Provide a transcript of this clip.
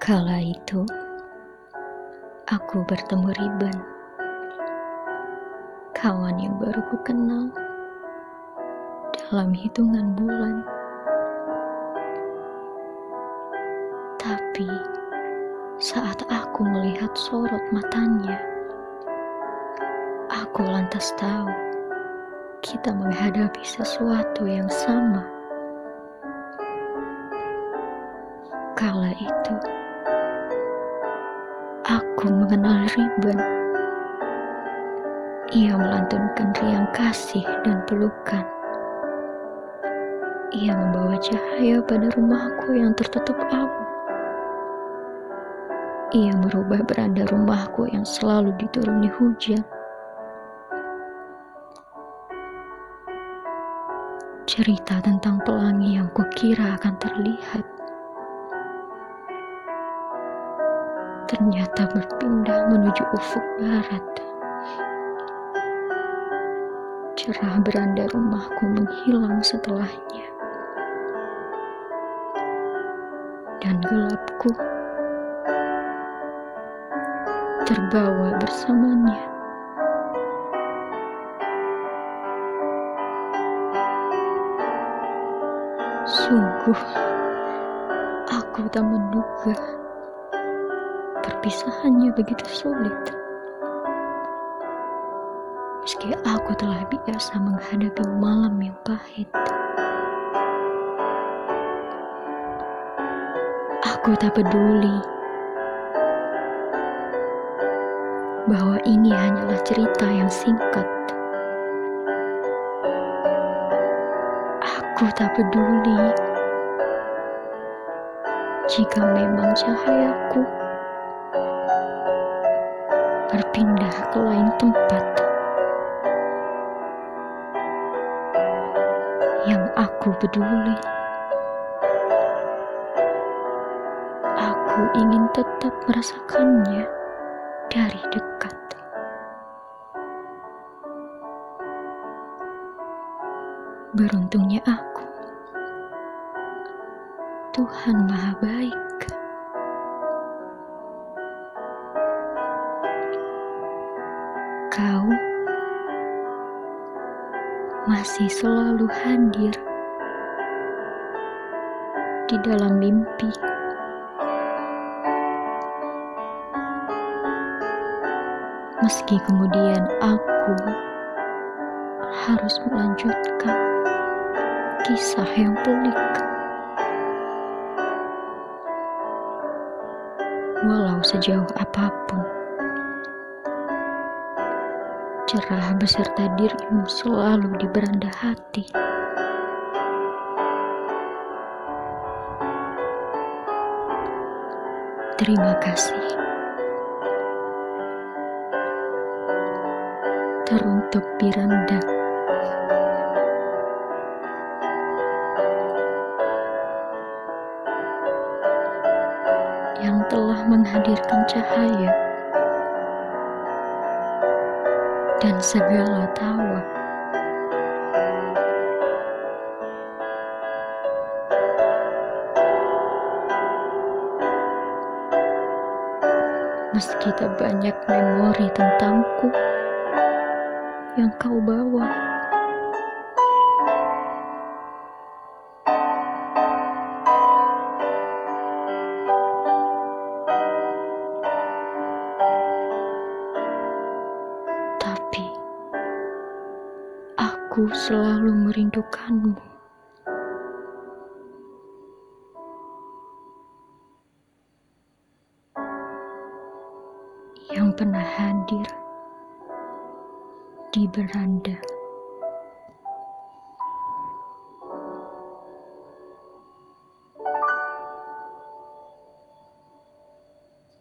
Kala itu, aku bertemu Riban, kawan yang baru ku kenal dalam hitungan bulan. Tapi saat aku melihat sorot matanya, aku lantas tahu kita menghadapi sesuatu yang sama. Kala itu, aku mengenal Riban. Ia melantunkan riang kasih dan pelukan. Ia membawa cahaya pada rumahku yang tertutup abu. Ia merubah beranda rumahku yang selalu dituruni hujan. Cerita tentang pelangi yang kukira akan terlihat ternyata berpindah menuju ufuk barat. Cerah beranda rumahku menghilang setelahnya, dan gelapku terbawa bersamanya. Sungguh, aku tak menduga perpisahannya begitu sulit. Meski aku telah biasa menghadapi malam yang pahit, aku tak peduli bahwa ini hanyalah cerita yang singkat. Aku tak peduli jika memang cahayaku berpindah ke lain tempat. Yang aku peduli, aku ingin tetap merasakannya dari dekat. Beruntungnya aku, Tuhan Maha Baik. Kau masih selalu hadir di dalam mimpi. Meski kemudian aku harus melanjutkan kisah yang pelik. Walau sejauh apapun, cerah beserta dirimu selalu di beranda hati. Terima kasih. Teruntuk Piranda yang telah menghadirkan cahaya dan segala tawa. Meski tak banyak memori tentangku yang kau bawa, tapi aku selalu merindukanmu. Yang pernah hadir di beranda.